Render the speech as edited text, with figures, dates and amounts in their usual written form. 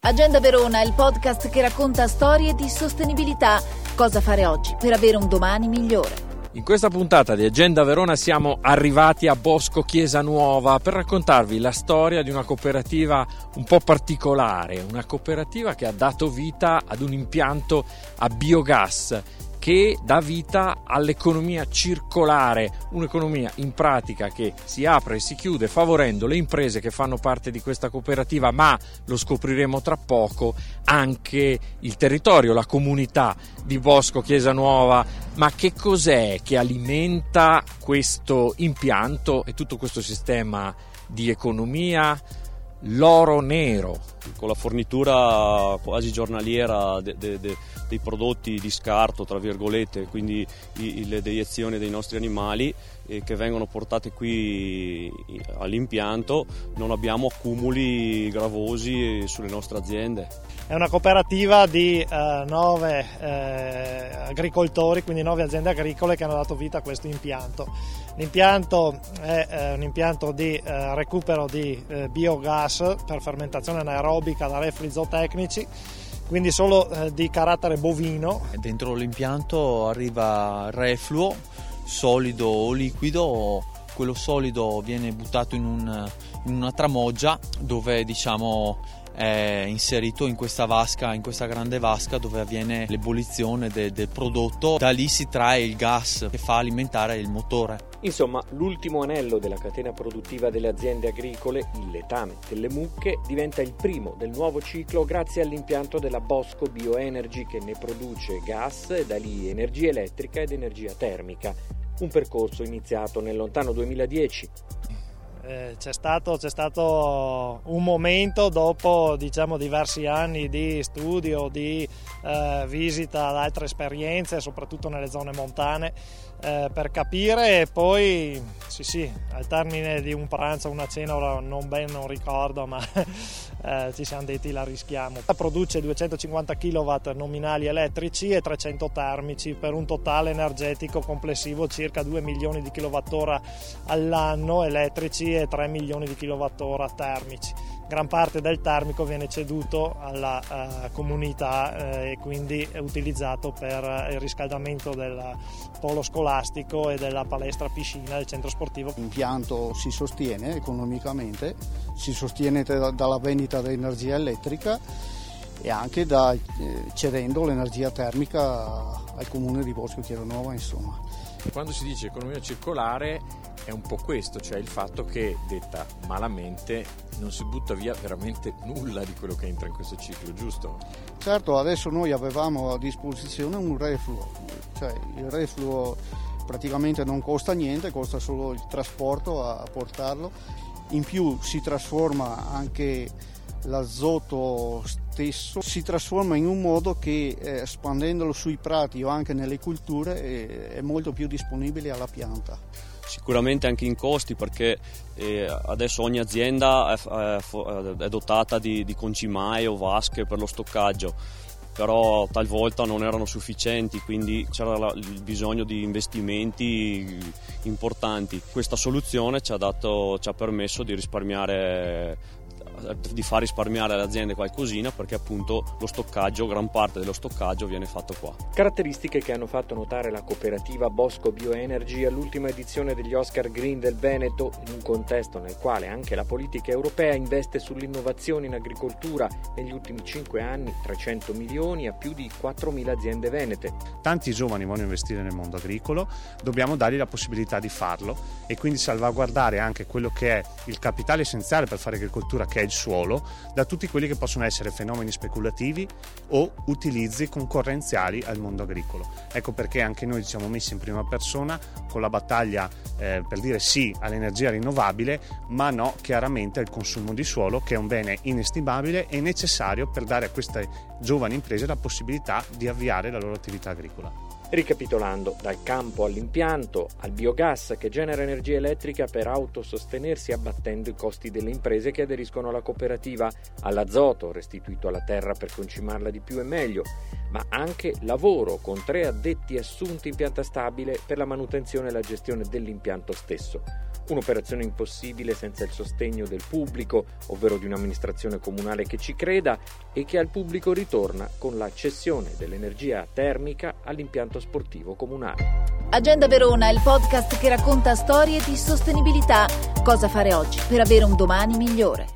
Agenda Verona, il podcast che racconta storie di sostenibilità. Cosa fare oggi per avere un domani migliore. In questa puntata di Agenda Verona siamo arrivati a Bosco Chiesa Nuova per raccontarvi la storia di una cooperativa un po' particolare, una cooperativa che ha dato vita ad un impianto a biogas che dà vita all'economia circolare, un'economia in pratica che si apre e si chiude favorendo le imprese che fanno parte di questa cooperativa, ma lo scopriremo tra poco, anche il territorio, la comunità di Bosco Chiesa Nuova. Ma che cos'è che alimenta questo impianto e tutto questo sistema di economia? L'oro nero, con la fornitura quasi giornaliera dei prodotti di scarto, tra virgolette, quindi le deiezioni dei nostri animali che vengono portate qui all'impianto, non abbiamo accumuli gravosi sulle nostre aziende. È una cooperativa di 9 agricoltori, quindi 9 aziende agricole che hanno dato vita a questo impianto. L'impianto è un impianto di recupero di biogas per fermentazione anaerobica da reflui zootecnici, quindi solo di carattere bovino. Dentro l'impianto arriva refluo, solido o liquido. Quello solido viene buttato in una tramoggia dove è inserito in questa vasca, in questa grande vasca dove avviene l'ebollizione del prodotto. Da lì si trae il gas che fa alimentare il motore. Insomma, l'ultimo anello della catena produttiva delle aziende agricole, il letame delle mucche, diventa il primo del nuovo ciclo grazie all'impianto della Bosco Bioenergy che ne produce gas e da lì energia elettrica ed energia termica. Un percorso iniziato nel lontano 2010. C'è stato un momento dopo diversi anni di studio, di visita ad altre esperienze, soprattutto nelle zone montane, per capire, e poi al termine di un pranzo, una cena, ora non ricordo, ma ci siamo detti la rischiamo. Produce 250 kW nominali elettrici e 300 termici per un totale energetico complessivo circa 2 milioni di kWh all'anno elettrici e 3 milioni di kWh termici. Gran parte del termico viene ceduto alla comunità e quindi è utilizzato per il riscaldamento del polo scolastico e della palestra piscina del centro sportivo. L'impianto si sostiene economicamente, si sostiene dalla vendita di energia elettrica e anche cedendo l'energia termica al comune di Bosco Chiesa Nuova, insomma. Quando si dice economia circolare è un po' questo, cioè il fatto che, detta malamente, non si butta via veramente nulla di quello che entra in questo ciclo, giusto? Certo, adesso noi avevamo a disposizione un refluo, cioè il refluo praticamente non costa niente, costa solo il trasporto a portarlo. In più si trasforma anche l'azoto stesso, si trasforma in un modo che spandendolo sui prati o anche nelle culture è molto più disponibile alla pianta. Sicuramente anche in costi, perché adesso ogni azienda è dotata di concimai o vasche per lo stoccaggio, però talvolta non erano sufficienti, quindi c'era il bisogno di investimenti importanti. Questa soluzione ci ha permesso di far risparmiare alle aziende qualcosina, perché appunto lo stoccaggio, gran parte dello stoccaggio viene fatto qua. Caratteristiche che hanno fatto notare la cooperativa Bosco Bioenergy all'ultima edizione degli Oscar Green del Veneto, in un contesto nel quale anche la politica europea investe sull'innovazione in agricoltura. Negli ultimi 5 anni 300 milioni a più di 4.000 aziende venete. Tanti giovani vogliono investire nel mondo agricolo, dobbiamo dargli la possibilità di farlo e quindi salvaguardare anche quello che è il capitale essenziale per fare agricoltura, che è il suolo, da tutti quelli che possono essere fenomeni speculativi o utilizzi concorrenziali al mondo agricolo. Ecco perché anche noi ci siamo messi in prima persona con la battaglia per dire sì all'energia rinnovabile, ma no chiaramente al consumo di suolo, che è un bene inestimabile e necessario per dare a queste giovani imprese la possibilità di avviare la loro attività agricola. Ricapitolando, dal campo all'impianto, al biogas che genera energia elettrica per autosostenersi abbattendo i costi delle imprese che aderiscono alla cooperativa, all'azoto restituito alla terra per concimarla di più e meglio, ma anche lavoro con 3 addetti assunti in pianta stabile per la manutenzione e la gestione dell'impianto stesso. Un'operazione impossibile senza il sostegno del pubblico, ovvero di un'amministrazione comunale che ci creda e che al pubblico ritorna con la cessione dell'energia termica all'impianto sportivo comunale. Agenda Verona è il podcast che racconta storie di sostenibilità. Cosa fare oggi per avere un domani migliore?